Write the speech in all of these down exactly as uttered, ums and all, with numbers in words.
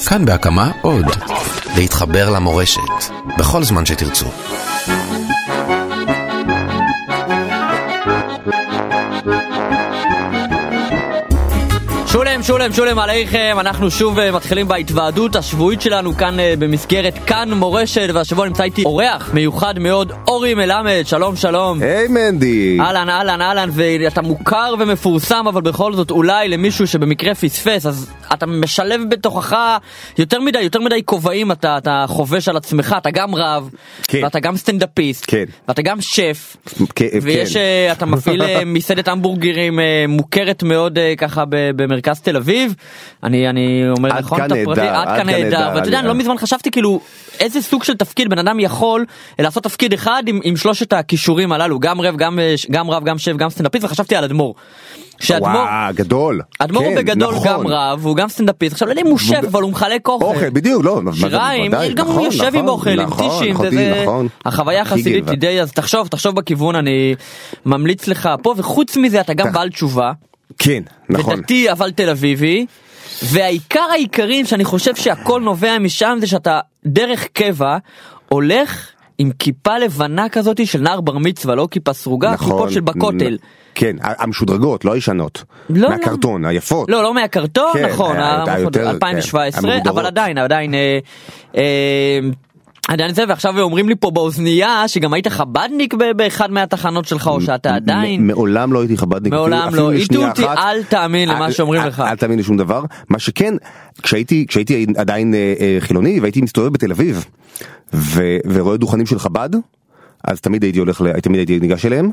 כאן בהקמה עוד. להתחבר למורשת, בכל זמן שתרצו. שולם, שולם, שולם עליכם, אנחנו שוב מתחילים בהתוועדות השבועית שלנו כאן במסגרת כאן מורשת, והשבוע נמצא איתי אורח מיוחד מאוד, אורי מלמד, שלום שלום. היי מנדי. אהלן, אהלן, אהלן, ואתה מוכר ומפורסם, אבל בכל זאת אולי למישהו שבמקרה פספס, אז אתה משלב בתוכך יותר מדי, יותר מדי כובעים, אתה, אתה חובש על עצמך, אתה גם רב, כן. ואתה גם סטנדאפיסט, כן. ואתה גם שף, כן, ויש, כן. אתה מפעיל מסעדת המבורגרים מוכרת מאוד ככה במרכז תל אביב. אני אני אומר נכון את הפרטי, עד כאן נהדר. ואתה יודע, אני לא מזמן חשבתי כאילו איזה סוג של תפקיד בן אדם יכול לעשות תפקיד אחד עם, עם שלושת הכישורים הללו, גם רב, גם, גם רב, גם שף, גם סטנדאפיסט, וחשבתי על אדמו"ר. וואו, גדול. אדמו"ר הוא בגדול גם רב, הוא גם סטנדאפיסט. עכשיו, לא יודע אם הוא שף, אבל הוא מחלק אוכל. אוכל, בדיוק, לא. שיריים, גם הוא יושב עם אוכל, עם טישים, וזה החוויה החסידית אידי, אז תחשוב, תחשוב בכיוון, אני ממליץ לך פה, וחוץ מזה אתה גם בעל תשובה. כן, נכון. ודתי אבל תל אביבי, והעיקר העיקרים שאני חושב שהכל נובע משם זה שאתה דרך קבע הולך עם כיפה לבנה כזאת של נער בר מצווה, לא כיפה סרוגה, נכון, כיפות של בכותל. כן, המשודרגות, לא ישנות. לא, מהקרטון, לא. היפות. לא, לא מהקרטון, כן, נכון, יותר, אלפיים שבע עשרה, כן, אבל עדיין, עדיין... אה, אה, עדיין זה, ועכשיו אומרים לי פה באוזנייה שגם היית חבדניק באחד מהתחנות שלך, או שאתה עדיין... מעולם לא הייתי חבדניק. מעולם לא, איתו אותי, אל תאמין למה שאומרים לך. אל תאמין לשום דבר. מה שכן, כשהייתי עדיין חילוני, והייתי מסתובב בתל אביב, ורואה דוכנים של חבד, אז תמיד הייתי הולך, תמיד הייתי ניגש אליהם.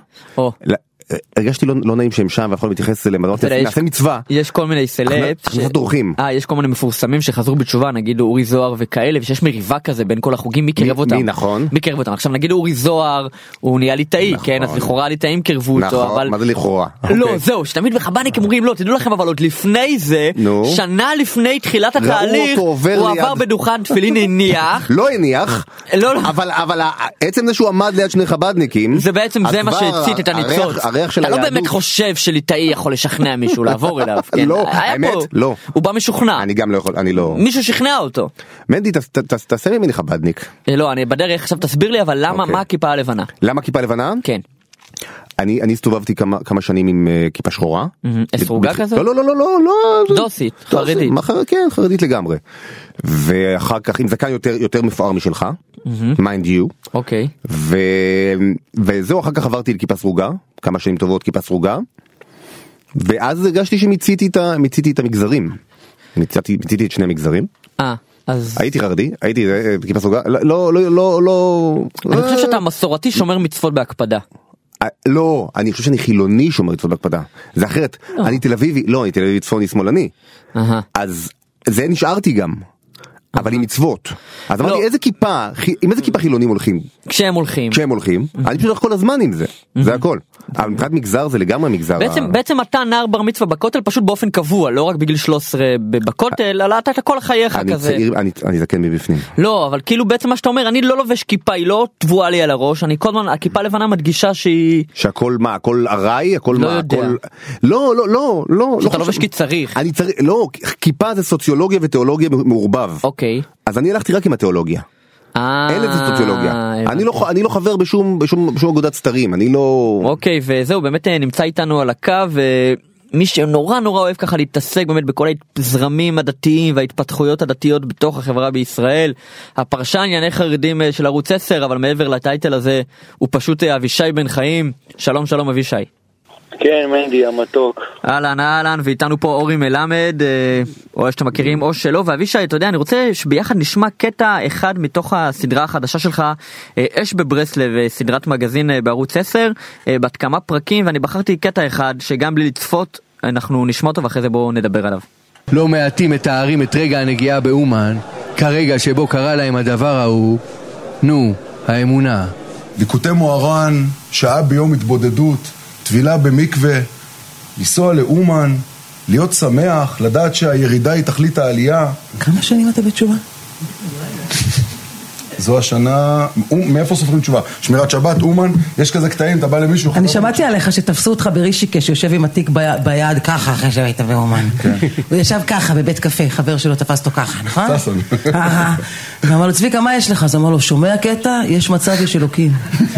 הרגשתי לא, לא נעים שהם שם ואף אחד מתייחס אליהם, נעשה מצווה. יש כל מיני סלפט, ש... דורכים. אה, יש כל מיני מפורסמים שחזרו בתשובה, נגיד אורי זוהר וכאלה, ושיש מריבה כזה בין כל החוגים, מי קרב אותם? מי, נכון. מי קרב אותם? עכשיו נגיד אורי זוהר, הוא נהיה ליטאי, נכון. כן, אז לכאורה ליטאים קרבו אותו, נכון, אבל... מה זה לכאורה? לא, אוקיי. זהו, שתמיד בחב"דניק אומרים, לא, תדעו לכם, אבל עוד לפני זה, נו. שנה לפני תחילת התהליך, הוא עבר בדוכן תפילין הניח. לא הניח, לא, לא. אבל, אבל עצם זה שהוא עמד ליד שני חב"דניקים, זה בעצם זה מה שהצית את הניצוץ. אתה לא באמת חושב שליטאי יכול לשכנע מישהו לעבור אליו. לא, האמת, לא. הוא בא משוכנע. אני גם לא יכול, אני לא. מישהו שכנע אותו. מנדי, תעשה ממני חב"דניק. לא, אני בדרך, עכשיו תסביר לי, אבל למה, מה הכיפה הלבנה? למה כיפה הלבנה? כן. אני אני הסתובבתי כמה כמה שנים עם כיפה שחורה. אסרוגה כזאת? לא, לא, לא, לא, לא. דוסית, חרדית. כן, חרדית לגמרי. ואחר כך עם זקן יותר יותר מפואר משלך. mind you. אוקיי. ו וזהו, אחר כך עברתי לכיפה סרוגה, כמה שנים טובות כיפה סרוגה. ואז הרגשתי שמיציתי את מיציתי את המגזרים. מיציתי מיציתי את שני המגזרים. אה. אז הייתי חרדי, הייתי בכיפה סרוגה. לא, לא, לא, לא. אני חושב שאתה מסורתי שומר מצוות בהקפדה. לא, אני חושב שאני חילוני שומר מצוות בהקפדה. זה אחרת. אני תל אביבי, לא, אני תל אביבי צפוני שמאלני. אז זה נשארתי גם. אבל עם מצוות. אז אמרתי, איזה כיפה, עם איזה כיפה חילונים הולכים? כשהם הולכים. כשהם הולכים. אני פשוט הולך כל הזמן עם זה. זה הכל. אבל מבחינת מגזר זה לגמרי מגזר. בעצם אתה נער בר מצווה בכותל פשוט באופן קבוע, לא רק בגיל שלוש עשרה בכותל, אלא אתה כל חייך כזה. אני זקן מבפנים. לא, אבל כאילו בעצם מה שאתה אומר, אני לא לובש כיפה, היא לא תבואה לי על הראש, אני כל הזמן, הכיפה לבנה מדגישה שהיא... שהכל מה, הכל עראי, הכל מה, הכל... לא, לא, לא, לא. שאתה לובש כי צריך. אני צריך, לא, כיפה זה סוציולוגיה ותיאולוגיה מעורבב. אוקיי. אז אני הלכתי רק עם התיאולוגיה. אין לזה סוציולוגיה. אני לא, אני לא חבר בשום, בשום, בשום אגודת סתרים, אני לא... אוקיי, וזהו, באמת נמצא איתנו על הקו, ומי שנורא נורא אוהב ככה להתעסק באמת בכל הזרמים הדתיים וההתפתחויות הדתיות בתוך החברה בישראל, הפרשן ענייני חרדים של ערוץ עשר, אבל מעבר לטייטל הזה, הוא פשוט אבישי בן חיים. שלום, שלום אבישי. כן, מנדי, המתוק. אהלן, אהלן, ואיתנו פה אורי מלמד, או שאתם מכירים או שלא, ואבישי, אתה יודע, אני רוצה שביחד נשמע קטע אחד מתוך הסדרה החדשה שלך, אש בברסלב, סדרת מגזין בערוץ עשר, בת כמה פרקים, ואני בחרתי קטע אחד, שגם בלי לצפות, אנחנו נשמע אותו, ואחרי זה בואו נדבר עליו. לא מעטים מתארים את רגע הנגיעה באומן, כרגע שבו קרה להם הדבר ההוא, נו, האמונה. ליקוטי מוהר"ן, שעה ביום התבודדות, תבילה במקווה, לנסוע לאומן, להיות שמח, לדעת שהירידה היא תכלית העלייה. כמה שנים אתה בתשובה? זו השנה, מאיפה סופרים תשובה? שמירת שבת, אומן, יש כזה קטעים, אתה בא למישהו... אני שמעתי עליך שתפסו אותך ברישיקה, שיושב עם התיק ביד ככה, אחרי שהיית באומן. הוא ישב ככה בבית קפה, חבר שלו תפס אותו ככה, נכון? ססון. ואמר לו, צביקה, מה יש לך? אז אמר לו, שומע קטע? יש מצב, יש אלוקים.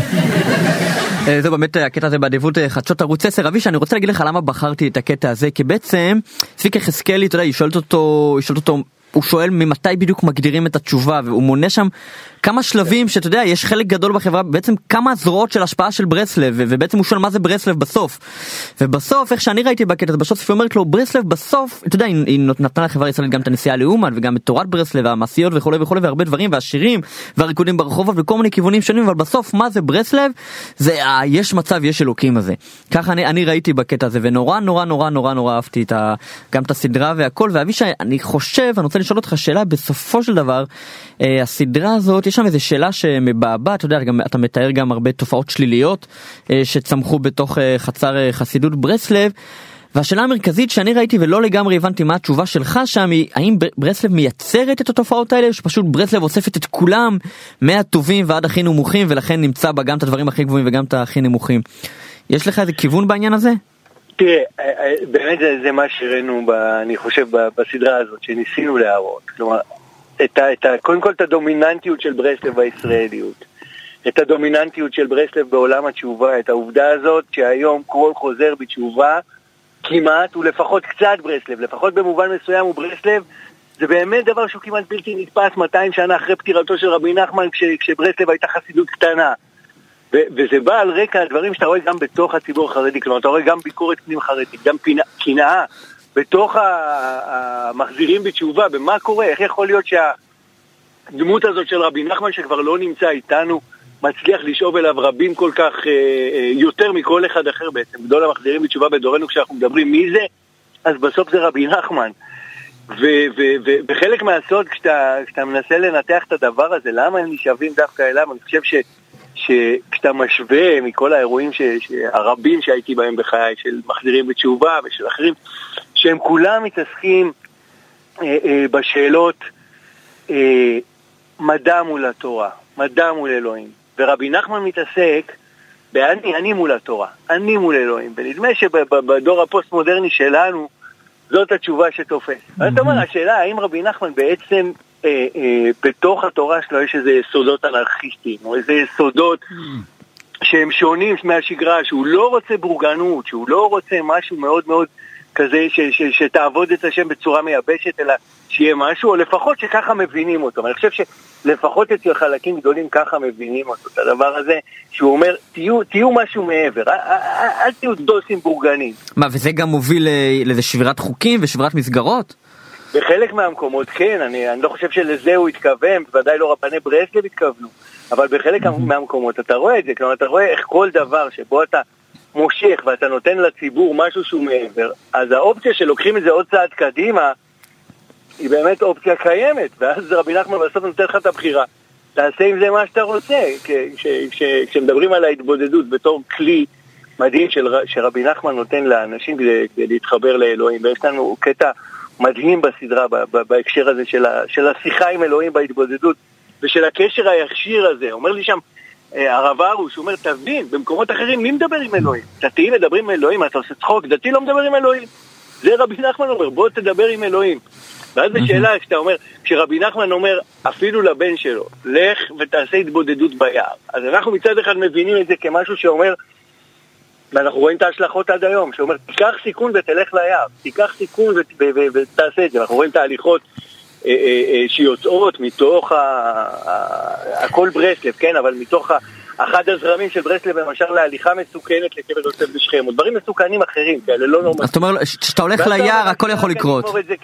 זה באמת הקטע הזה באדיבות חדשות ערוץ עשר. אביש, אני רוצה להגיד לך למה בחרתי את הקטע הזה, כי בעצם צביקה חזקאלי, אתה יודע, היא שואלת אותו, היא שואלת אותו, הוא שואל ממתי בדיוק מגדירים את התשובה, והוא מונה שם כמה שלבים שאתה יודע, יש חלק גדול בחברה, בעצם כמה זרועות של השפעה של ברסלב, ובעצם הוא שואל מה זה ברסלב בסוף. ובסוף, איך שאני ראיתי בקטע הזה, בסוף היא אומרת לו, ברסלב בסוף, אתה יודע, היא, היא נתנה לחברה הישראלית גם את הנסיעה לאומן, וגם את תורת ברסלב, והמעשיות וכו' וכו', והרבה דברים, והשירים, והריקודים ברחובות, וכל מיני כיוונים שונים, אבל בסוף, מה זה ברסלב? זה, אה, יש מצב, יש אלוקים הזה. ככה אני, אני ראיתי בקטע הזה, ונורא, נורא, נורא, נורא, נורא אהבתי את ה, גם את הסדרה והכל, ואבישי, אני חושב, אני רוצה לשאול אותך שאלה, בסופו של דבר, אה, הסדרה הזאת, יש שם איזו שאלה שמבעבע, אתה יודע, גם, אתה מתאר גם הרבה תופעות שליליות, אה, שצמחו בתוך אה, חצר אה, חסידות ברסלב, והשאלה המרכזית שאני ראיתי ולא לגמרי הבנתי מה התשובה שלך שם היא, האם ברסלב מייצרת את התופעות האלה, או שפשוט ברסלב אוספת את כולם, מהטובים ועד הכי נמוכים, ולכן נמצא בה גם את הדברים הכי גבוהים וגם את הכי נמוכים. יש לך איזה כיוון בעניין הזה? תראה, באמת זה, זה מה שראינו, ב, אני חושב, בסדרה הזאת, שניסינו להראות. כלומר, את ה, את ה, קודם כל את הדומיננטיות של ברסלב והישראליות. את הדומיננטיות של ברסלב בעולם התשובה, את העובדה הזאת שהיום כל חוזר בתשובה, כמעט, הוא לפחות קצת ברסלב, לפחות במובן מסוים הוא ברסלב, זה באמת דבר שהוא כמעט בלתי נתפס מאתיים שנה אחרי פטירתו של רבי נחמן, כש, כשברסלב הייתה חסידות קטנה. וזה בא על רקע הדברים שאתה רואה גם בתוך הציבור החרדי, כלומר אתה רואה גם ביקורת פנים חרדית, גם קנאה בתוך המחזירים בתשובה, במה קורה, איך יכול להיות שהדמות הזאת של רבי נחמן שכבר לא נמצא איתנו, מצליח לשאוב אליו רבים כל כך, יותר מכל אחד אחר בעצם, גדול המחזירים בתשובה בדורנו כשאנחנו מדברים מי זה, אז בסוף זה רבי נחמן. ובחלק מהסוד כשאתה מנסה לנתח את הדבר הזה, למה הם נשאבים דווקא אליו, אני חושב ש שכשאתה משווה מכל האירועים ש... הרבים שהייתי בהם בחיי, של מחזירים בתשובה ושל אחרים, שהם כולם מתעסקים אה, אה, בשאלות אה, מדע מול התורה, מדע מול אלוהים. ורבי נחמן מתעסק באני, אני מול התורה, אני מול אלוהים. ונדמה שבדור הפוסט-מודרני שלנו, זאת התשובה שתופס. Mm-hmm. זאת אומרת, השאלה, האם רבי נחמן בעצם... אה, אה, בתוך התורה שלו יש איזה יסודות אנרכיסטיים, או איזה יסודות שהם שונים מהשגרה, שהוא לא רוצה בורגנות, שהוא לא רוצה משהו מאוד מאוד כזה ש, ש, שתעבוד את השם בצורה מייבשת, אלא שיהיה משהו, או לפחות שככה מבינים אותו. אני חושב שלפחות אצל חלקים גדולים ככה מבינים אותו, את הדבר הזה, שהוא אומר, תהיו, תהיו משהו מעבר, אל תהיו דוסים בורגנים. מה, וזה גם מוביל לאיזה שבירת חוקים ושבירת מסגרות? בחלק מהמקומות כן, אני, אני לא חושב שלזה הוא התכוון, ודאי לא רבני ברסלב התכוונו, אבל בחלק mm-hmm. מהמקומות אתה רואה את זה, כלומר אתה רואה איך כל דבר שבו אתה מושך ואתה נותן לציבור משהו שהוא מעבר, אז האופציה שלוקחים את זה עוד צעד קדימה, היא באמת אופציה קיימת, ואז רבי נחמן בסוף נותן לך את הבחירה, תעשה עם זה מה שאתה רוצה, כשמדברים על ההתבודדות בתור כלי מדהים של, שרבי נחמן נותן לאנשים כדי, כדי להתחבר לאלוהים, ויש לנו קטע מדהים בסדרה, בהקשר הזה של, ה, של השיחה עם אלוהים בהתבודדות, ושל הקשר הישיר הזה. אומר לי שם, הרב ארוש, הוא אומר, תבין, במקומות אחרים, מי מדבר עם אלוהים? דתיים מדברים עם אלוהים, אתה עושה צחוק, דתי לא מדבר עם אלוהים. זה רבי נחמן אומר, בוא תדבר עם אלוהים. ואז בשאלה, כשאתה אומר, כשרבי נחמן אומר, אפילו לבן שלו, לך ותעשה התבודדות ביער. אז אנחנו מצד אחד מבינים את זה כמשהו שאומר, ואנחנו רואים את ההשלכות עד היום, שאומר, תיקח סיכון ותלך ליער, תיקח סיכון ותעשה את זה. אנחנו רואים את ההליכות שיוצאות מתוך הכל ברסלב, כן, אבל מתוך אחד הזרמים של ברסלב, למשל להליכה מסוכנת לקבר יוסף בשכם, או דברים מסוכנים אחרים, כאלה לא נורמליים. אז אתה אומר, כשאתה הולך ליער, הכל יכול לקרות.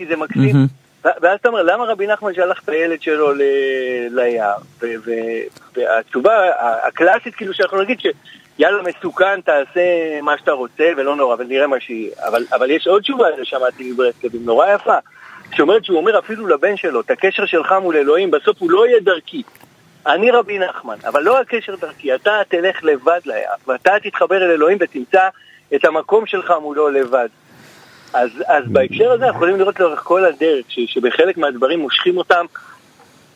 ואז אתה אומר, למה רבי נחמן שלח את הילד שלו ליער? והתשובה הקלאסית, כאילו שאנחנו נגיד ש... יאללה מסוכן, תעשה מה שאתה רוצה ולא נורא, ונראה מה שיהיה. אבל, אבל יש עוד תשובה ששמעתי מברסלב, נורא יפה, שאומרת שהוא אומר אפילו לבן שלו, את הקשר שלך מול אלוהים, בסוף הוא לא יהיה דרכי. אני רבי נחמן, אבל לא הקשר דרכי, אתה תלך לבד ליער, ואתה תתחבר אל אלוהים ותמצא את המקום שלך מולו לבד. אז, אז בהקשר הזה אנחנו יכולים לראות לאורך כל הדרך, ש, שבחלק מהדברים מושכים אותם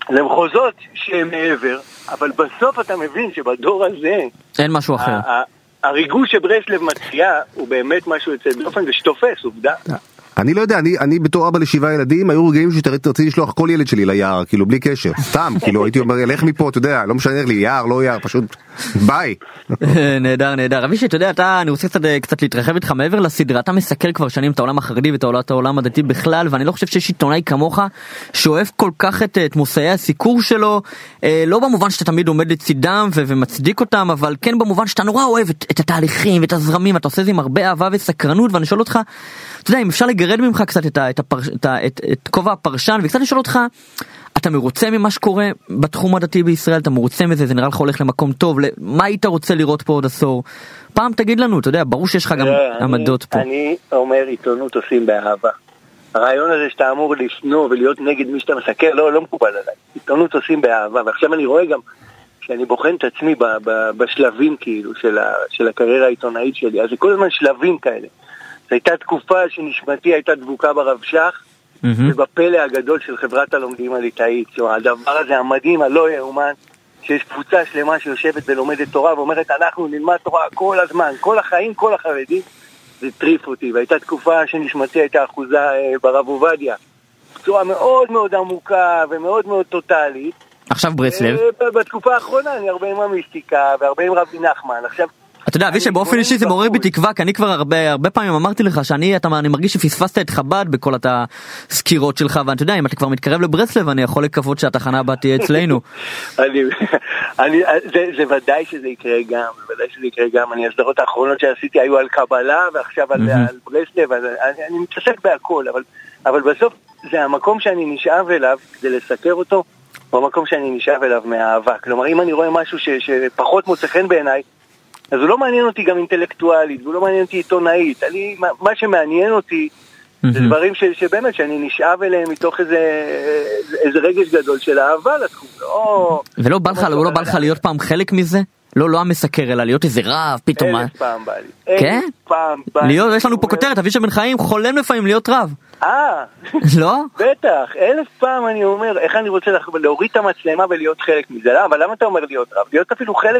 למחוזות שהם מעבר, אבל בסוף אתה מבין שבדור הזה אין משהו אחר. הריגוש שברסלב מציעה הוא באמת משהו יוצא דופן ושתופס, עובדה. אני לא יודע, אני, אני בתור אבא לשבעה ילדים, היו רגעים שרציתי לשלוח כל ילד שלי ליער, כאילו בלי קשר, סתם, כאילו הייתי אומר, לך מפה, אתה יודע, לא משנה לי, יער, לא יער, פשוט ביי. נהדר, נהדר. אבישי, אתה יודע, אתה, אני רוצה קצת, קצת להתרחב איתך מעבר לסדרה, אתה מסקר כבר שנים את העולם החרדי ואת העולם הדתי בכלל, ואני לא חושב שיש עיתונאי כמוך שאוהב כל כך את, את מושאי הסיקור שלו, אה, לא במובן שאתה תמיד עומד לצידם ו- ומצדיק אותם, אבל כן במובן שאתה נורא אוהב את, את התהליכים ואת הזרמים, אתה עושה זה עם הרבה אהבה וסקרנות, ואני שואל אותך, אתה יודע, אם אפשר לגרד ממך קצת את, את, הפרש, את, את, את כובע הפרשן, וקצת לשאול אותך, אתה מרוצה ממה שקורה בתחום הדתי בישראל? אתה מרוצה מזה? זה נראה לך הולך למקום טוב? מה היית רוצה לראות פה עוד עשור? פעם תגיד לנו, אתה יודע, ברור שיש לך גם עמדות פה. אני אומר, עיתונות עושים באהבה. הרעיון הזה שאתה אמור לשנוא ולהיות נגד מי שאתה מסקר, לא, לא מקובל עליי. עיתונות עושים באהבה, ועכשיו אני רואה גם, שאני בוחן את עצמי ב, ב, בשלבים כאילו של, ה, של הקריירה העיתונאית שלי, אז זה כל הזמן שלבים כאלה. זו הייתה תקופה שנשמתי הייתה דבוקה ברב שח, mm-hmm. ובפלא הגדול של חברת הלומדים הליטאית. הדבר הזה המדהים, הלא יאומן, שיש קבוצה שלמה שיושבת ולומדת תורה ואומרת, אנחנו נלמד תורה כל הזמן, כל החיים, כל החרדים. זה טריף אותי, והייתה תקופה שנשמתי הייתה אחוזה ברב עובדיה. בצורה מאוד מאוד עמוקה ומאוד מאוד טוטלית. עכשיו ברסלב. בתקופה האחרונה אני הרבה עם המיסטיקה והרבה עם רבי נחמן. עכשיו, אתה יודע, אבישי, באופן אישי זה מעורר בי תקווה, כי אני כבר הרבה, הרבה פעמים אמרתי לך שאני, אתה, אני מרגיש שפספסת את חב"ד בכל הסקירות שלך, ואתה יודע, אם אתה כבר מתקרב לברסלב, אני יכול לקוות שהתחנה הבאה תהיה אצלנו. אני, אני, זה, זה ודאי שזה יקרה גם, זה ודאי שזה יקרה גם. אני, הסדרות האחרונות שעשיתי היו על קבלה, ועכשיו על, על ברסלב, אני, אני מתעסק בהכל, אבל, אבל בסוף זה המקום שאני נשאב אליו כדי לסקר אותו, הוא המקום שאני נשאב אליו מהאהבה. כלומר, אם אני רואה משהו ש, שפחות מוצא חן בעיניי, אז הוא לא מעניין אותי גם אינטלקטואלית, הוא לא מעניין אותי עיתונאית. אני, מה שמעניין אותי זה דברים ש, שבאמת שאני נשאב אליהם מתוך איזה, איזה רגש גדול של אהבה לתחום. לא, ולא בא לך, לא, לא בא לך להיות פעם חלק מזה? לא, לא המסקר, אלא להיות איזה רב, פתאום. אלף פעם בא לי. כן? אלף פעם בא לי. להיות, יש לנו פה כותרת, אבישי בן חיים חולם לפעמים להיות רב. אה. לא? בטח, אלף פעם אני אומר, איך אני רוצה להוריד את המצלמה ולהיות חלק מזה. לא, אבל למה אתה אומר להיות רב? להיות אפילו חלק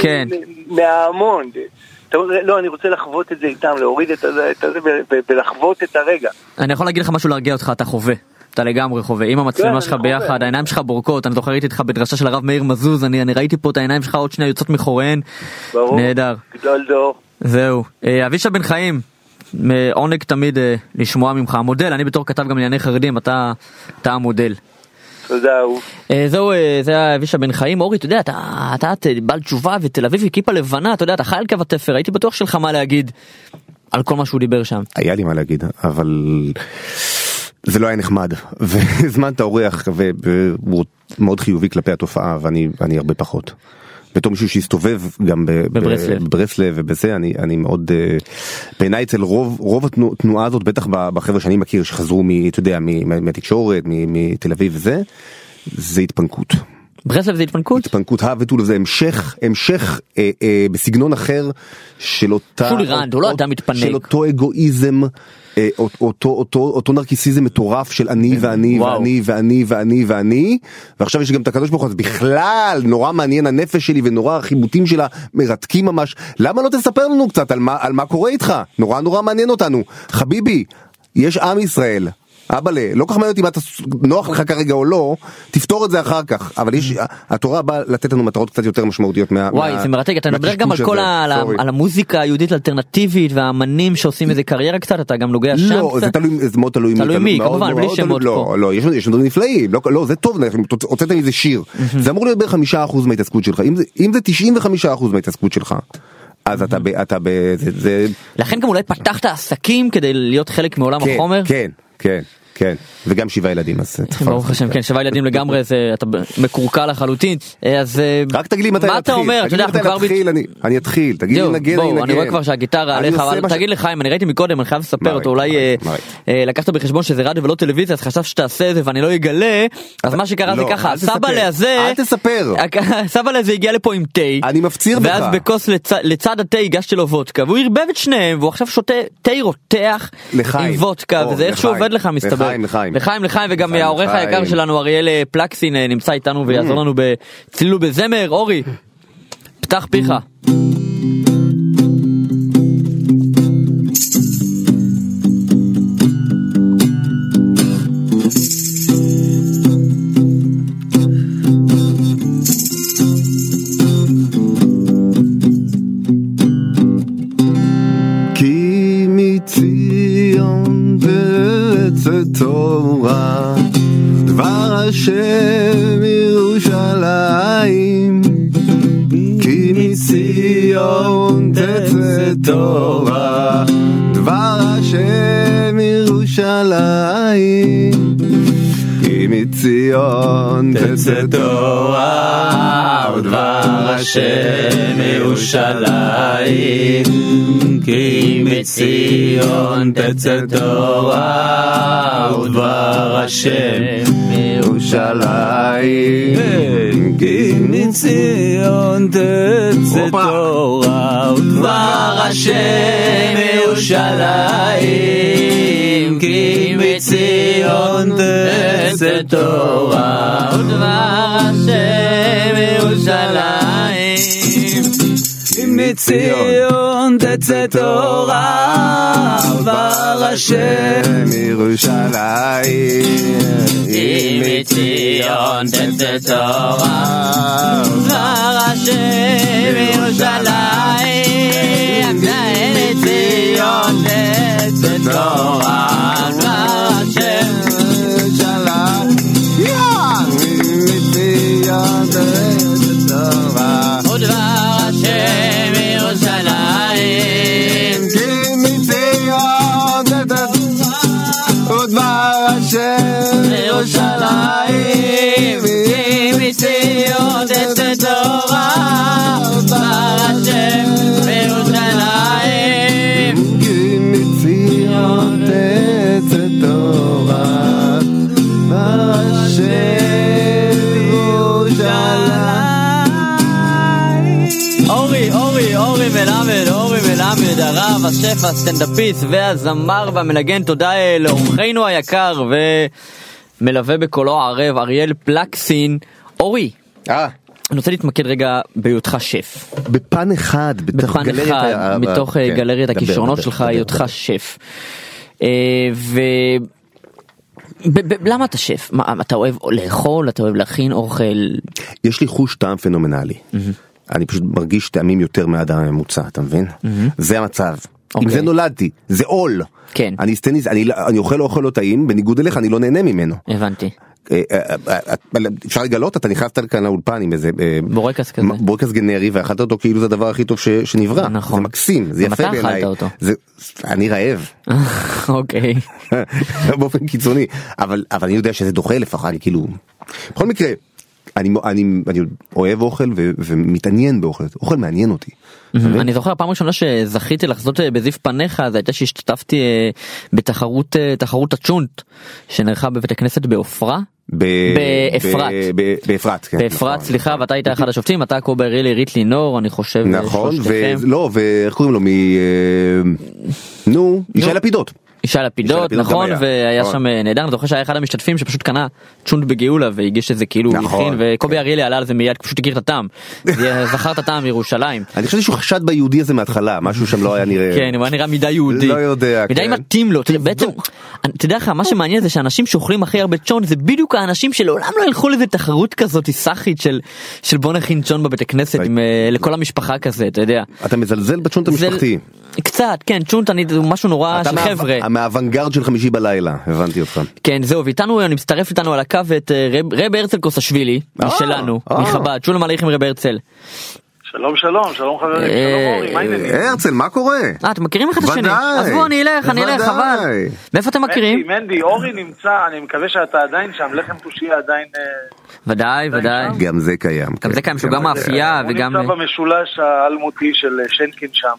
מההמון. לא, אני רוצה לחוות את זה איתם, להוריד את זה ולחוות את הרגע. אני יכול להגיד לך משהו להרגיע אותך, אתה חווה. אתה לגמרי חווה, עם המצלמה שלך ביחד, העיניים שלך בורקות, אני זוכר ראיתי איתך בדרשה של הרב מאיר מזוז, אני, אני ראיתי פה את העיניים שלך עוד שנייה יוצאות מחוריהן. ברור, נהדר. גדול דור. זהו. אבישי בן חיים, עונג תמיד לשמוע ממך. המודל, אני בתור כתב גם לענייני חרדים, אתה, אתה המודל. תודה, אהוב. זהו, זה היה אבישי בן חיים. אורי, אתה יודע, אתה, אתה, אתה בעל תשובה ותל אביב וכיפה לבנה, אתה יודע, אתה חי על קו התפר, הייתי בטוח שלך מה להגיד על כל מה שהוא דיבר שם. היה לי מה להגיד, אבל זה לא היה נחמד, וזמן תאורח, והוא מאוד חיובי כלפי התופעה, ואני אני הרבה פחות. בתור מישהו שהסתובב גם בברסלב ובזה, אני, אני מאוד, בעיניי אצל רוב, רוב התנועה הזאת, בטח בחבר'ה שאני מכיר, שחזרו מ, אתה יודע, מהתקשורת, מתל אביב וזה, זה התפנקות. ברסלב זה התפנקות? התפנקות, הוותול, זה המשך, המשך אה, אה, בסגנון אחר של אותה... שולי רנד, הוא לא אדם מתפנק. של אותו אגואיזם, אה, אותו, אותו, אותו נרקיסיזם מטורף של אני ואני וואו. ואני ואני ואני ואני, ועכשיו יש גם את הקדוש ברוך הוא, אז בכלל נורא מעניין הנפש שלי ונורא החיבוטים שלה מרתקים ממש. למה לא תספר לנו קצת על מה, על מה קורה איתך? נורא נורא מעניין אותנו. חביבי, יש עם ישראל. אבאלה, לא כך מעניין אותי אם אתה נוח לך כרגע או לא, תפתור את זה אחר כך, אבל יש, התורה באה לתת לנו מטרות קצת יותר משמעותיות מה... וואי, זה מרתק, אתה מדבר גם על כל ה... על המוזיקה היהודית האלטרנטיבית והאמנים שעושים איזה קריירה קצת, אתה גם נוגע שם קצת? לא, זה תלוי, זה מאוד תלוי... תלוי מי, כמובן, בלי שמות פה. לא, לא, יש דברים נפלאים, לא, זה טוב, הוצאת מזה שיר, זה אמור להיות בערך חמישה אחוז מההתעסקות שלך, אם זה תשעים וחמישה אחוז מההתעסקות שלך, אז אתה ב... אתה ב... לכן גם אולי פתחת עסקים כדי להיות חלק מעולם החומר? כן, כן. כן, וגם שבעה ילדים, אז ברוך השם, כן, שבעה ילדים לגמרי, אתה מקורקע לחלוטין, אז רק תגיד לי מתי מה אתה אומר? תגיד לי מתי להתחיל, אני אתחיל, תגיד לי נגן, אני נגן. אני רואה כבר שהגיטרה עליך, אבל תגיד לך, אם אני ראיתי מקודם, אני חייב לספר אותו, אולי לקחת בחשבון שזה רדיו ולא טלוויזיה, אז חשב שתעשה את זה ואני לא אגלה, אז מה שקרה זה ככה, הסבאלה הזה, אל תספר, הסבאלה הזה הגיע לפה עם תה, אני מפציר בך, ואז בכוס לצד התה הגשתי לו וודקה, והוא הרבב את שניהם, והוא עכשיו שותה תה רותח עם וודקה, וזה איך שהוא עובד לך מסתבר. לחיים, לחיים. לחיים, לחיים, וגם העורך היקר שלנו, אריאל פלקסין, נמצא איתנו ויעזור לנו בצלילו בזמר. אורי, פתח פיך. תורה דבר השם ירושלים כי מציון תצא תורה דבר השם ירושלים כי מציון תצא תורה ודבר השם ירושלים כי מציון תצא תורה ודבר השם ירושלים כי מציון תצא תורה ודבר השם ירושלים כי מציון תצא תורה ודבר השם ירושלים מציון תצא תורה ודבר השם ירושלים מציון תצא תורה ודבר השם ירושלים מציון תצא תורה ודבר השם ירושלים מציון תצא תורה ודבר השם ירושלים כי מציון תצא תורה ודבר השם ירושלים כי מציון תצא תורה ודבר השם ירושלים כי מציון תצא תורה ודבר השם ירושלים. אורי, אורי, אורי מלמד, אורי מלמד, הרב, השף, הסטנדאפיסט והזמר והמנגן. תודה לאורחנו היקר ומלווה בקולו הערב אריאל פלקסין. אורי, אה אני רוצה להתמקד רגע בהיותך שף. בפן אחד, בפן אחד, מתוך גלריית הכישרונות שלך, היותך שף. ו... למה אתה שף? אתה אוהב לאכול? אתה אוהב להכין אוכל? יש לי חוש טעם פנומנלי. אני פשוט מרגיש טעמים יותר מהאדם הממוצע, אתה מבין? זה המצב. עם זה נולדתי, זה עול. כן. אני סטניס, אני אוכל אוכל לא טעים, בניגוד אליך אני לא נהנה ממנו. הבנתי. אפשר לגלות, אתה נכנסת כאן לאולפן עם איזה בורקס כזה, בורקס גנרי, ואכלת אותו כאילו זה הדבר הכי טוב שנברא. זה מקסים, זה יפה בעיניי. אני רעב. אוקיי. באופן קיצוני, אבל אני יודע שזה דוחה לפחות, כאילו בכל מקרה אני אוהב אוכל ומתעניין באוכל, אוכל מעניין אותי. אני זוכר הפעם ראשונה שזכיתי לחזות בזיו פניך, זה הייתה שהשתתפתי בתחרות תחרות הצ'ונט שנערכה בבית הכנסת באופרה, באפרת, באפרת, באפרת, סליחה, ואתה היית אחד השופטים, אתה קובר אריאלי, ריט לינור, אני חושב, נכון, ולא, ואיך קוראים לו, נו, ישי לפידות. ישי לפידות, נכון, והיה שם נהדר. אני זוכר שהיה אחד המשתתפים שפשוט קנה צ'ונט בגאולה והגיש את זה כאילו הכין, וקובי אריאלי עלה על זה מיד, פשוט הכיר את הטעם, זכר את הטעם מירושלים. אני חושב שהוא חשד ביהודי הזה מההתחלה, משהו שם לא היה נראה, כן, הוא היה נראה מדי יהודי, לא יודע, מדי מתאים לו. בעצם אתה יודע לך, מה שמעניין זה שאנשים שאוכלים הכי הרבה צ'ון זה בדיוק האנשים שלעולם לא ילכו לזה תחרות כזאת סאחית של בוא נכין צ'ון בבית הכנסת לכל המשפחה כזה, אתה יודע. אתה מזלזל בצ'ונט המשפחתי קצת, כן, צ'ונט הוא משהו נורא של חבר'ה, מהאוונגרד של חמישי בלילה, הבנתי אותך. כן, זהו, ואיתנו, אני מצטרף איתנו על הקו את רב הרצל קוסאשווילי, משלנו, מחב"ד. שלום עליכם רב הרצל. שלום שלום, שלום חברים, שלום אורי, מה העניינים? הרצל, מה קורה? אה, אתם מכירים אחד השני? אז בואו, אני אלך, אני אלך, חבל. מאיפה אתם מכירים? מנדי, מנדי, אורי נמצא, אני מקווה שאתה עדיין שם, לחם תושייה עדיין... ודאי, ודאי. גם זה קיים. גם זה קיים, שהוא גם מאפייה וגם... הוא נמצא במשולש האלמותי של שנקין שם,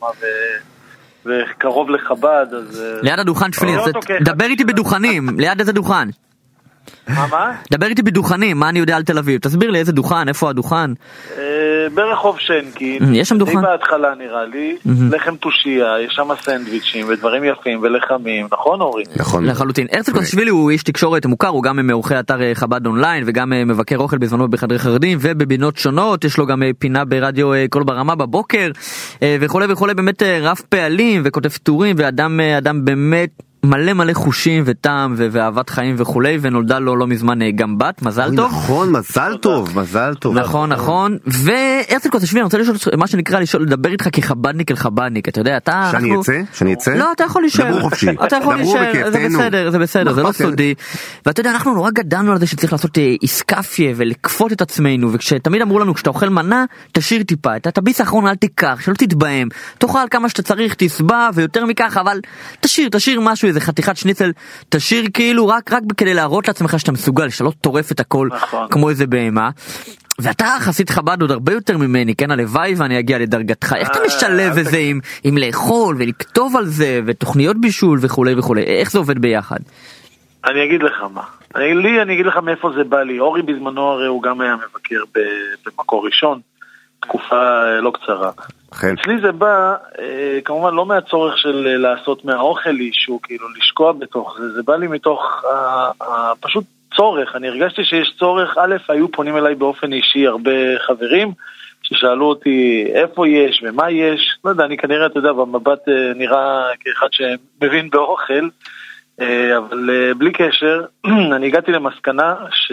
וקרוב לחב"ד, אז... ליד הדוכן תפילין, דבר איתי בדוכנים, ליד איזה דוכן? מה, מה? דבר איתי בדוכנים, מה אני יודע על תל אביב? תסביר לי איזה דוכן, איפה הדוכן? ברחוב שנקין. יש שם דוכן? בהתחלה נראה לי, לחם תושייה, יש שם סנדוויצ'ים ודברים יפים ולחמים, נכון אורי? נכון. לחלוטין. הרצל קוסאשווילי הוא איש תקשורת מוכר, הוא גם מעורכי אתר חב"ד אונליין וגם מבקר אוכל בזמנו בחדרי חרדים ובבינות שונות, יש לו גם פינה ברדיו קול ברמה בבוקר וכו' וכו', באמת רב פעלים וכותב טורים ואדם אדם באמת מלא מלא חושים וטעם ואהבת חיים וכולי, ונולדה לו לא מזמן גם בת, מזל טוב. נכון, מזל טוב, מזל טוב. נכון, נכון. והרצל קוסאשווילי, אני רוצה לשאול, מה שנקרא לשאול, לדבר איתך כחבדניק אל חבדניק, אתה יודע, אתה... שאני אצא? שאני אצא? לא, אתה יכול להישאר. דברו חופשי. אתה יכול להישאר, זה בסדר, זה בסדר, זה לא סודי. ואתה יודע, אנחנו נורא גדלנו על זה שצריך לעשות איסקפיה ולקפות את עצמנו, וכשתמיד אמרו לנו, כשאתה אוכל מנה, תשאיר טיפה, את הביס האחרון אל תיקח, שלא תתבהם, תאכל כמה שאתה צריך, תסבע ויותר מכך, אבל תשאיר, תשאיר משהו, איזה חתיכת שניצל, תשאיר כאילו רק רק כדי להראות לעצמך שאתה מסוגל, שלא טורף את הכל כמו איזה בהמה. ואתה חסיד חב"ד עוד הרבה יותר ממני, כן, הלוואי ואני אגיע לדרגתך. איך אתה משלב את זה עם, עם לאכול ולכתוב על זה ותוכניות בישול וכולי וכולי? איך זה עובד ביחד? אני אגיד לך מה. אני, לי, אני אגיד לך מאיפה זה בא לי. אורי בזמנו הרי הוא גם היה מבקר במקור ראשון, תקופה לא קצרה. אצלי זה בא, כמובן לא מהצורך של לעשות מהאוכל אישו, כאילו לשקוע בתוך זה, זה בא לי מתוך פשוט צורך. אני הרגשתי שיש צורך. א', היו פונים אליי באופן אישי הרבה חברים ששאלו אותי איפה יש ומה יש, לא יודע, אני כנראה, אתה יודע, במבט נראה כאחד שמבין באוכל, אבל בלי קשר, אני הגעתי למסקנה ש...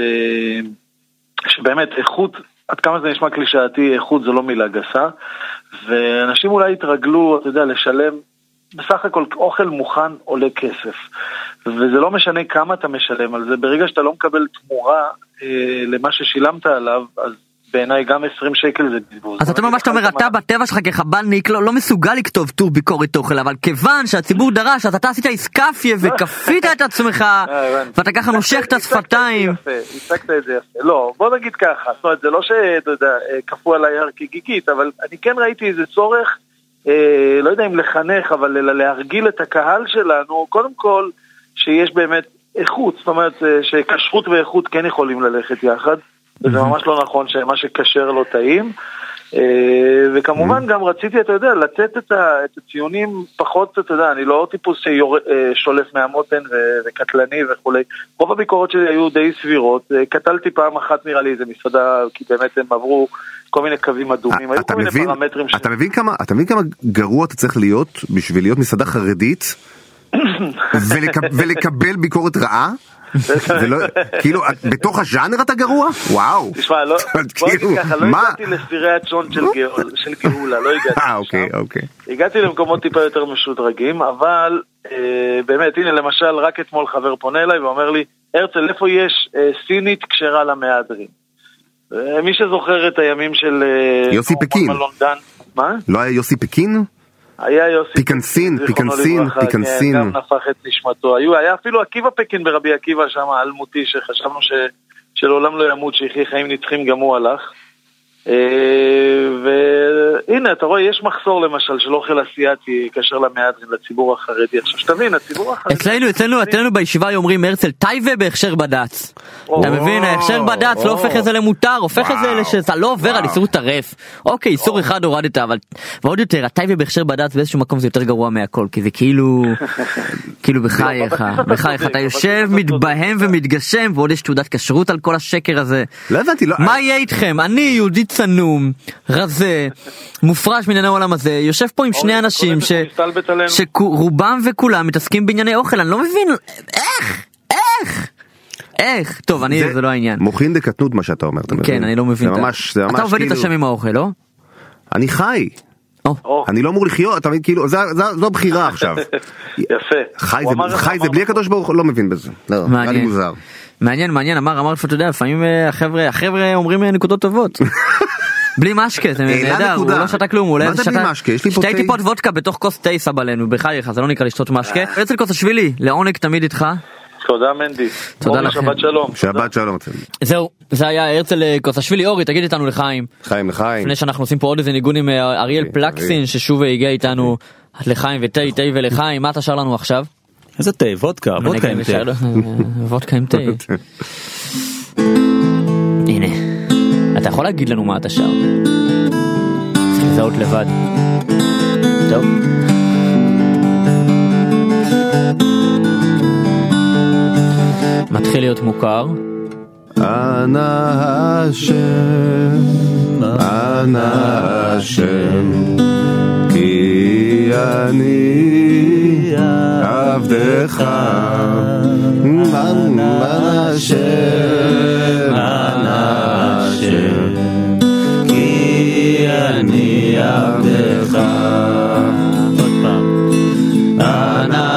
שבאמת איכות, עד כמה זה נשמע קלישאתי, איכות זה לא מילה גסה, ואנשים אולי התרגלו, אתה יודע, לשלם, בסך הכל אוכל מוכן עולה כסף, וזה לא משנה כמה אתה משלם על זה, ברגע שאתה לא מקבל תמורה אה, למה ששילמת עליו, אז בעיניי גם עשרים שקל זה בזבוז. אז אתה ממש אומר, אתה בטבע שלך כחב"דניק לא מסוגל לכתוב טור ביקורת אוכל, אבל כיוון שהציבור דרש, אז אתה עשית איסקפיה וכפית את עצמך, ואתה ככה נושך את השפתיים. הצגת את זה יפה. לא, בוא נגיד ככה, זאת אומרת, זה לא שאתה יודע, כפו עליי הר כגיגית, אבל אני כן ראיתי איזה צורך, לא יודע אם לחנך, אבל להרגיל את הקהל שלנו, קודם כל, שיש באמת איכות, זאת אומרת, שכשרות ואיכות כן יכולים ללכת יחד, וזה ממש לא נכון שמה שקשר לא טעים, וכמובן גם רציתי, אתה יודע, לתת את הציונים פחות, אתה יודע, אני לא טיפוס שולף מהמותן וקטלני וכולי, רוב הביקורות שלי היו די סבירות, קטלתי פעם אחת נראה לי איזה מסעדה, כי באמת הם עברו כל מיני קווים אדומים, היו כל מיני פרמטרים. אתה מבין כמה גרוע אתה צריך להיות בשביל להיות מסעדה חרדית ולקבל ביקורת רעה? כאילו, בתוך הז'אנר אתה גרוע? וואו. תשמע, לא, בוא נגיד ככה, לא הגעתי לסירי הצ'ון של גאולה, לא הגעתי לשם. אוקיי, אוקיי. הגעתי למקומות טיפה יותר משודרגים, אבל באמת, הנה למשל, רק אתמול חבר פונה אליי ואומר לי, הרצל, איפה יש סינית כשרה למהדרין? מי שזוכר את הימים של... יוסי פקין. מה? לא היה יוסי פקין? היה יוסי פיקנסין, פיקנסין, פיקנסין. גם נפח את נשמתו. היה אפילו עקיבא פקין ברבי עקיבא שם, אלמותי, שחשבנו שלעולם לא ימות, שיחי חיים נצחים, גם הוא הלך. והנה, אתה רואה, יש מחסור למשל של אוכל אסיאתי כאשר למהדרין, לציבור החרדי. עכשיו שתבין, הציבור החרדי... אצלנו, אצלנו, אצלנו בישיבה אומרים הרצל, טייבה בהכשר בד"ץ. אתה מבין, ההכשר בד"ץ לא הופך את זה למותר, הופך את זה לשזה לא עובר על איסור טרף. אוקיי, איסור אחד הורדת, אבל ועוד יותר, הטייבה בהכשר בד"ץ באיזשהו מקום זה יותר גרוע מהכל, כי זה כאילו, כאילו בחייך, בחייך, אתה יושב, מתבהם ומתגשם, ועוד יש תעודת כשרות על כל השקר הזה. לא הבנתי, לא... מה יהיה איתכם? אני יהודי צנום, רזה, מופרש מענייני העולם הזה, יושב פה עם שני אנשים שרובם וכולם מתעסקים בענייני אוכל, אני לא מבין, איך? איך? איך? טוב, אני, זה לא העניין. מוכין דקטנות מה שאתה אומר, אתה מבין? כן, אני לא מבין. אתה עובד את השם עם האוכל, לא? אני חי. אני לא אמור לחיות, אתה מבין, כאילו, זו הבחירה עכשיו. יפה. חי זה בלי הקדוש ברוך הוא, לא מבין בזה. לא, נראה לי מוזר. מעניין, מעניין, אמר, אמר, אתה יודע, לפעמים החבר'ה, החבר'ה אומרים נקודות טובות. בלי משקה, זה נהדר, הוא לא שתה כלום, הוא לא שתה... שתי טיפות וודקה בתוך כוס תה סבא לנו, בחייך, זה לא נקרא לשתות משקה. הרצל קוסאשווילי, לעונג תמיד איתך. תודה מנדי. תודה לכם. שבת שלום. שבת שלום. זהו, זה היה הרצל קוסאשווילי. אורי, תגיד איתנו לחיים. חיים לחיים. לפני שאנחנו עושים פה עוד איזה ניגון עם אריאל פלקסין, ששוב הגיע איתנו לחיים ותה, תה ולחיים. מה אתה שר לנו עכשיו? איזה תה, וודקה, וודקה עם תה. וודקה עם תה. הנה, אתה יכול להגיד לנו מה אתה שר? צריך לזהות לבד. טוב. מתחיל להיות מוכר. אנא השם, אנא השם, כי אני עבדך. אנא השם, אנא השם, כי אני עבדך. עוד פעם. אנא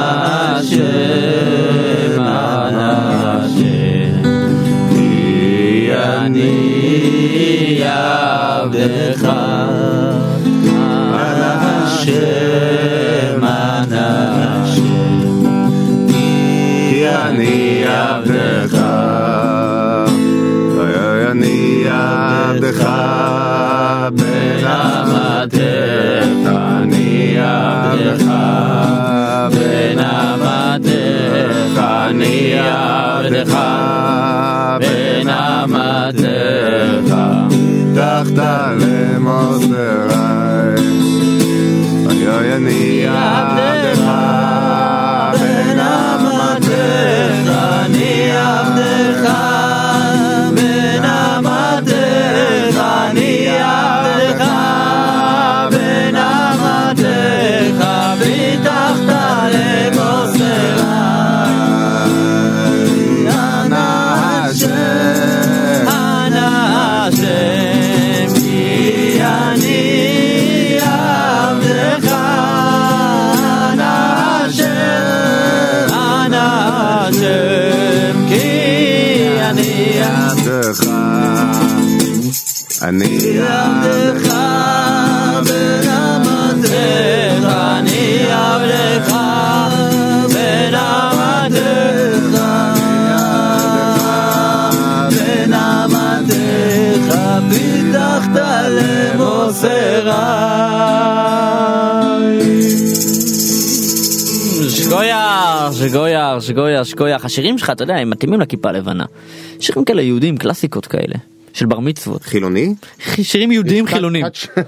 השם, אנא השם, כי אני עבדך. אנא השם, אנא השם, כי אני עבדך. אני עבדך בן אמתך. אני עבדך בן אמתך. אני עבדך בן אמתך. הבטחת למוסרי. אני עבדך בן אמתך. אני עבדך בן אמתך. אני עבדך בן אמתך. הבטחת למוסרי. אנא השם, אנא השם, כי אני עבדך. אנא השם, אנא השם, כי אני עבדך. אני עבדך בן אמתך. אני עבדך בן אמתך. בן אמתך. הבטחת למוסרי. שגויר, שגויר, שגויר, שגויר. השירים שלך, אתה יודע, הם מתאימים לכיפה לבנה. שירים כאלה יהודים, קלאסיקות כאלה, של בר מצוות. חילוני? שירים יהודים חילונים.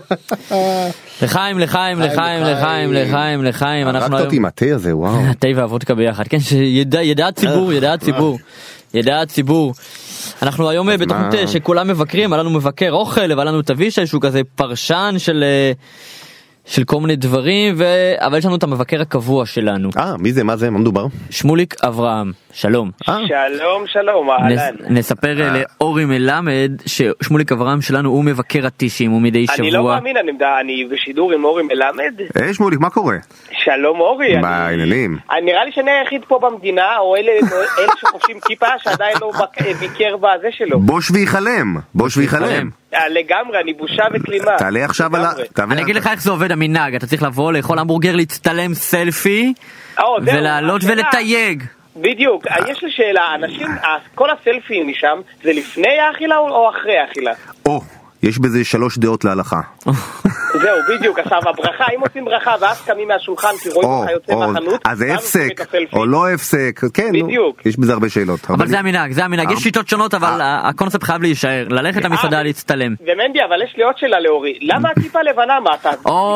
לחיים, לחיים, לחיים, לחיים, לחיים, לחיים. הרגת אותי עם התה הזה, וואו. התה והוודקה ביחד, כן, שידע הציבור, ידע הציבור, ידע הציבור. אנחנו היום בתוכנית שכולם מבקרים, היה לנו מבקר אוכל, והיה לנו את אבישי שהוא כזה פרשן של של כל מיני דברים, ו... אבל יש לנו את המבקר הקבוע שלנו. אה, מי זה? מה זה? מה מדובר? שמוליק אברהם, שלום. שלום, שלום, אהלן. נספר לאורי מלמד ששמוליק אברהם שלנו הוא מבקר הטישים, הוא מדי שבוע. אני לא מאמין, אני בשידור עם אורי מלמד. היי שמוליק, מה קורה? שלום אורי. מה העניינים? נראה לי שאני היחיד פה במדינה, או אלה שחופשים כיפה שעדיין לא ביקר בזה שלו. בוש ויחלם, בוש ויחלם. לגמרי, אני בושה וכלימה. תעלה עכשיו על ה... אני אגיד לך איך זה עובד המנהג, אתה צריך לבוא לאכול המבורגר, להצטלם סלפי ולעלות ולתייג. בדיוק, יש לי שאלה, אנשים, כל הסלפים משם, זה לפני האכילה או אחרי האכילה? או, יש בזה שלוש דעות להלכה. זהו, בדיוק, עכשיו הברכה, אם עושים ברכה ואז קמים מהשולחן כי רואים אותך יוצא מהחנות, אז זה הפסק או לא הפסק, כן, יש בזה הרבה שאלות. אבל זה המנהג, זה המנהג, יש שיטות שונות, אבל הקונספט חייב להישאר, ללכת למסעדה להצטלם. ומנדי, אבל יש לי עוד שאלה לאורי, למה הכיפה לבנה, מה אתה?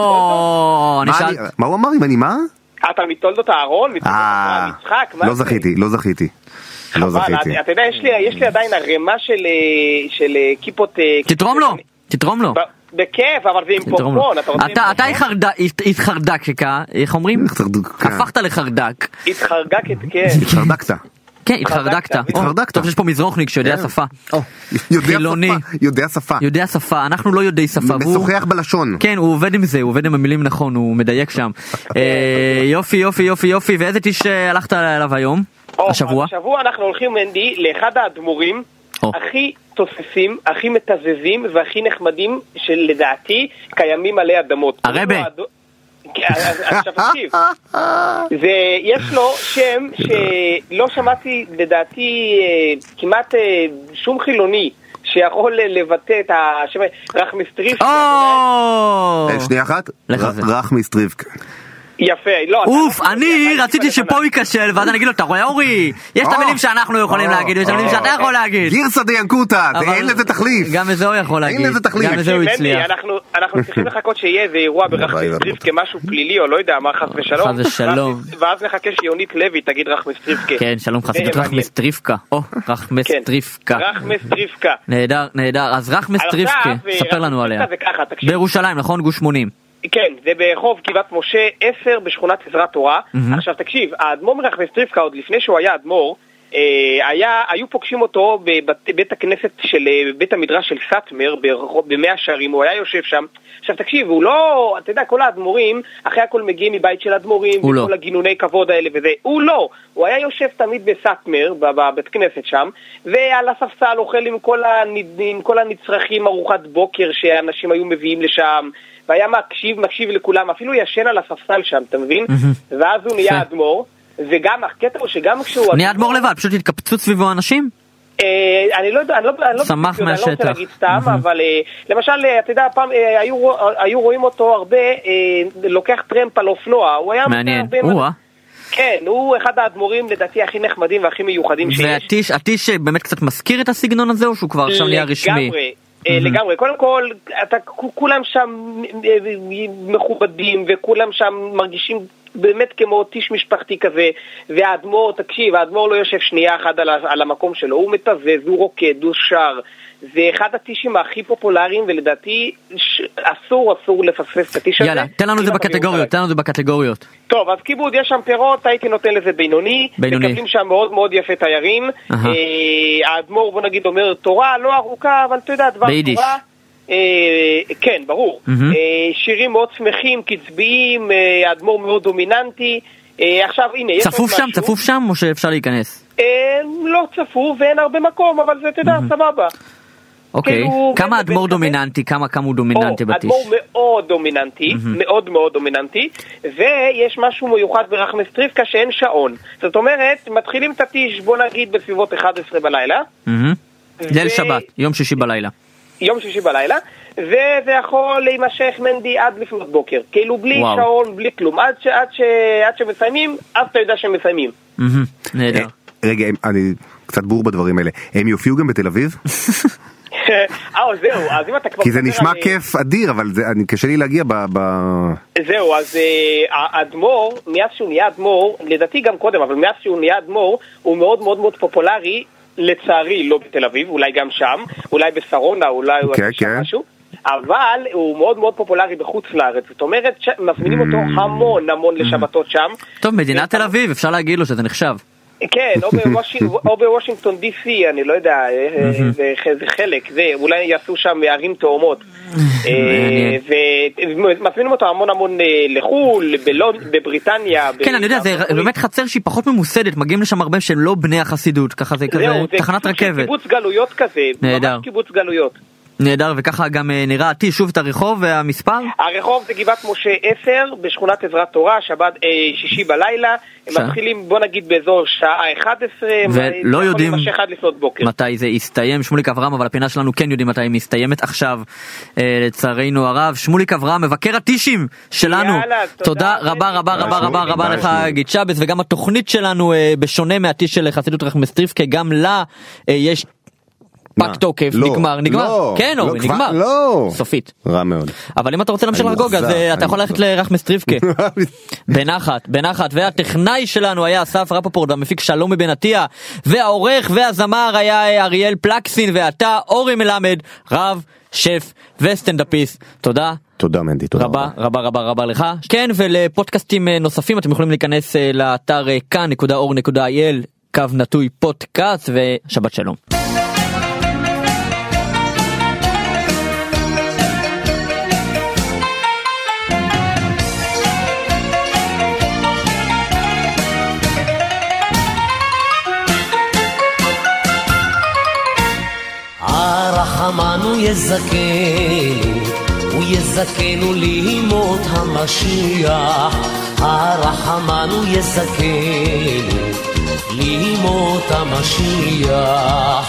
מה הוא אמר, אם אני מה? אתה מתולדות הארון, מתולדות המשחק, לא זכיתי, לא זכיתי. לא זכיתי. אתה יודע, יש לי עדיין הרמה של כיפות... תתרום לו, תתרום לו. בכיף, אבל זה עם פורפון. אתה התחרדק, איך אומרים? הפכת לחרדק. התחרדקת, כן. התחרדקת. כן, התחרדקת. טוב, יש פה מזרוחניק שיודע שפה. חילוני. יודע שפה. יודע שפה, אנחנו לא יודעי שפה. משוחח בלשון. כן, הוא עובד עם זה, הוא עובד עם המילים נכון, הוא מדייק שם. יופי, יופי, יופי, יופי. ואיזה טיש הלכת עליו היום? השבוע? השבוע אנחנו הולכים, מנדי, לאחד האדמו"רים הכי תוססים, הכי מתזזים והכי נחמדים שלדעתי קיימים עלי אדמות. הרבה. עכשיו תקשיב, יש לו שם שלא שמעתי לדעתי כמעט שום חילוני שיכול לבטא את השם רחמי סטריבקה. שנייה אחת, רחמי סטריבקה. יפה, לא. אוף, אני רציתי שפה הוא ייכשל, ואז אני אגיד לו, אתה רואה אורי? יש את המילים שאנחנו יכולים להגיד, יש את המילים שאתה יכול להגיד. גירסא דינקותא, אין לזה תחליף. גם איזה הוא יכול להגיד. אין לזה תחליף. גם איזה הוא הצליח. אנחנו צריכים לחכות שיהיה איזה אירוע ברחמי סטריפקה, משהו פלילי, או לא יודע, מה חס ושלום. חס ושלום. ואז נחכה שיונית לוי תגיד רחמי סטריפקה. כן, שלום חסידות רחמי סטריפקה. או, רחמי סטריפקה. רחמי סטריפקה. נהדר, נהדר. אז רחמי סטריפקה, ספר לנו עליה. בירושלים, נכון? גוש שמונים. כן, זה ברחוב גבעת משה עשר בשכונת עזרת תורה. Mm-hmm. עכשיו תקשיב, האדמו"ר מרחמי סטריפקה, עוד לפני שהוא היה אדמו"ר, אה, היה, היו פוגשים אותו בבית, בית הכנסת של בית המדרש של סאטמר במאה שערים, הוא היה יושב שם. עכשיו תקשיב, הוא לא, אתה יודע, כל האדמו"רים, אחרי הכל מגיעים מבית של אדמו"רים, וכל לא. הגינוני כבוד האלה וזה, הוא לא, הוא היה יושב תמיד בסאטמר, בבית כנסת שם, ועל הספסל אוכל עם כל, הנד... עם כל הנצרכים ארוחת בוקר שאנשים היו מביאים לשם, והיה מקשיב, מקשיב לכולם, אפילו ישן על הספסל שם, אתה מבין? Mm-hmm. ואז הוא נהיה אדמו"ר, וגם הקטע הוא שגם כשהוא... נהיה אדמו"ר לבד, פשוט התקפצו סביבו אנשים? אני לא יודע, אני לא שמח מהשטח. אני לא רוצה להגיד סתם, אבל למשל, אתה יודע, פעם היו רואים אותו הרבה, לוקח טרמפ על אופנוע, הוא היה... מעניין, הוא אה? כן, הוא אחד האדמו"רים לדעתי הכי נחמדים והכי מיוחדים שיש. והטיש באמת קצת מזכיר את הסגנון הזה, או שהוא כבר עכשיו נהיה רשמי? לגמרי. לגמרי, קודם כל, אתה, כולם שם מכובדים, וכולם שם מרגישים באמת כמו טיש משפחתי כזה, והאדמו"ר, תקשיב, האדמו"ר לא יושב שנייה אחת על, על המקום שלו, הוא מתזז, הוא רוקד, הוא שר, זה אחד הטישים הכי פופולריים, ולדעתי ש... אסור, אסור לפספס את הטיש הזה. יאללה, תן לנו את זה בקטגוריות, תן לנו את זה בקטגוריות. טוב, אז כיבוד, יש שם פירות, הייתי נותן לזה בינוני, בינוני. מקבלים שם מאוד מאוד יפה תיירים, אה, האדמו"ר, בוא נגיד, אומר תורה, לא ארוכה, אבל אתה יודע, דבר ביידיש. תורה, אה, כן, ברור, mm-hmm. אה, שירים מאוד שמחים, קצביים, אה, האדמו"ר מאוד דומיננטי, אה, עכשיו, הנה, יש צפוף שם, משהו. צפוף שם, או שאפשר להיכנס? אה, לא צפוף, ואין הרבה מקום, אבל זה, אתה יודע, mm-hmm. סבבה. אוקיי, כמה אדמו"ר דומיננטי, כמה כמה הוא דומיננטי בטיש? אדמו"ר מאוד דומיננטי, מאוד מאוד דומיננטי, ויש משהו מיוחד ברחמי סטריפקה שאין שעון. זאת אומרת, מתחילים את הטיש, בוא נגיד בסביבות אחת עשרה בלילה. ליל שבת, יום שישי בלילה. יום שישי בלילה, וזה יכול להימשך מנדי עד לפנות בוקר. כאילו בלי שעון, בלי כלום. עד שמסיימים, אז אתה יודע שמסיימים. נהדר. רגע, אני קצת בור בדברים האלה. הם יופיעו גם בתל אביב? אה, זהו, אז אם אתה כבר... כי זה נשמע כיף אדיר, אבל קשה לי להגיע ב... זהו, אז האדמו"ר, מאז שהוא נהיה אדמו"ר, לדעתי גם קודם, אבל מאז שהוא נהיה אדמו"ר, הוא מאוד מאוד מאוד פופולרי, לצערי לא בתל אביב, אולי גם שם, אולי בשרונה, אולי שם משהו, אבל הוא מאוד מאוד פופולרי בחוץ לארץ, זאת אומרת, מזמינים אותו המון המון לשבתות שם. טוב, מדינת תל אביב, אפשר להגיד לו שזה נחשב. כן, או בוושינגטון די סי, אני לא יודע, זה חלק, זה, אולי יעשו שם ערים תאומות. ומזמינים אותו המון המון לחול, בבריטניה. כן, אני יודע, זה באמת חצר שהיא פחות ממוסדת, מגיעים לשם הרבה שהם לא בני החסידות, ככה זה כזה תחנת רכבת. זה קיבוץ גלויות כזה, ממש קיבוץ גלויות. נהדר, וככה גם נראה עתי, שוב את הרחוב והמספר? הרחוב זה גבעת משה עשר, בשכונת עזרת תורה, שבת שישי בלילה, הם מתחילים בוא נגיד באזור שעה אחת עשרה, ולא יודעים מתי זה יסתיים. שמוליק אברהם, אבל הפינה שלנו כן יודעים מתי היא מסתיימת עכשיו, לצערנו הרב. שמוליק אברהם, מבקר הטישים שלנו, תודה רבה רבה רבה רבה רבה לך גיד שבס, וגם התוכנית שלנו בשונה מהטיש של חסידות רחמי סטריפקה, גם לה יש פק תוקף, נגמר, נגמר, כן אורי, נגמר, סופית, רע מאוד. אבל אם אתה רוצה להמשיך לחגוג, אז אתה יכול ללכת לרחמי סטריפקה, בנחת, בנחת, והטכנאי שלנו היה אסף רפפורד, המפיק שלום מבן עטיה, והעורך והזמר היה אריאל פלקסין, ואתה אורי מלמד, רב, שף וסטנדאפיסט, תודה. תודה מנדי, תודה רבה, רבה רבה רבה לך. כן, ולפודקאסטים נוספים אתם יכולים להיכנס לאתר כאן נקודה אור נקודה איי אל, קו נטוי פודקאסט, ושבת שלום. הרחמנו יזכנו, הוא יזכנו לימות המשיח. הרחמנו יזכנו לימות המשיח.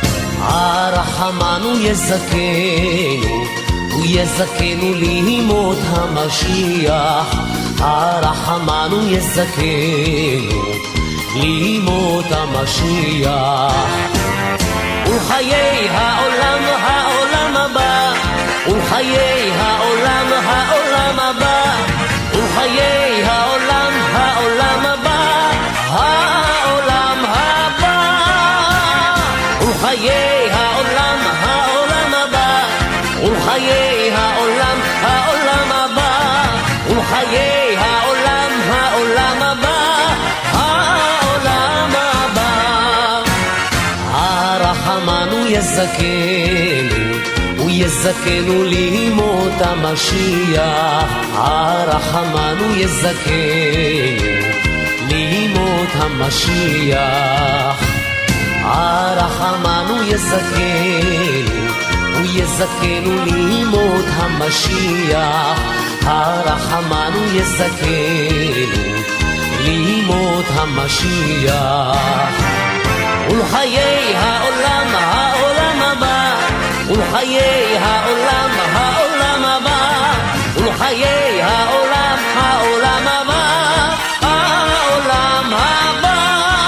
הרחמנו יזכנו, הוא יזכנו לימות המשיח. הרחמנו יזכנו לימות המשיח ולחיי העולם העולם הבא ולחיי העולם העולם הבא ולחיי העולם העולם הבא העולם הבא ולחיי העולם העולם הבא ולחיי העולם העולם הבא ולחיי העולם העולם הבא העולם הבא הרחמנו יזכנו הוא יזכנו לימות המשיח הרחמנו יזכנו לימות המשיח הרחמנו יזכנו הוא יזכנו לימות המשיח הרחמנו יזכנו לימות המשיח ולחיי העולם העולם הבא ולחיי העולם העולם הבא ולחיי העולם העולם הבא העולם הבא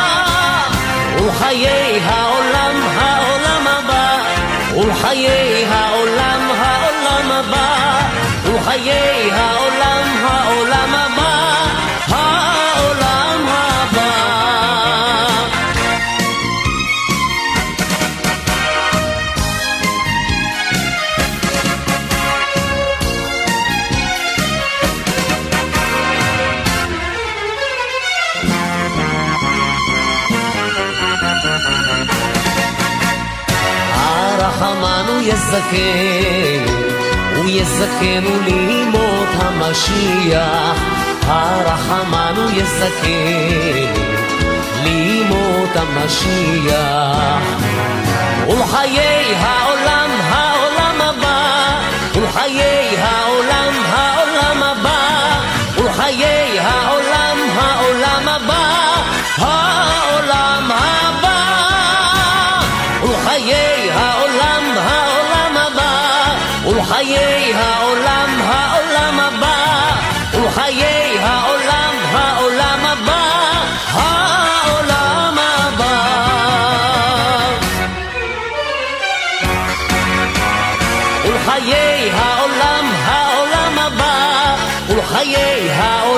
ולחיי העולם העולם הבא ולחיי העולם העולם הבא ולחיי העולם העולם הבא העולם הבא הרחמנו יזכנו הוא יזכנו לימות המשיח הרחמנו יזכנו לימות המשיח ולחיי העולם העולם הבא ולחיי העולם העולם הבא ולחיי העולם העולם הבא העולם הבא ולחיי העולם העולם הבא ולחיי העולם העולם הבא ולחיי העולם העולם הבא העולם הבא ולחיי העולם העולם הבא ולחיי העולם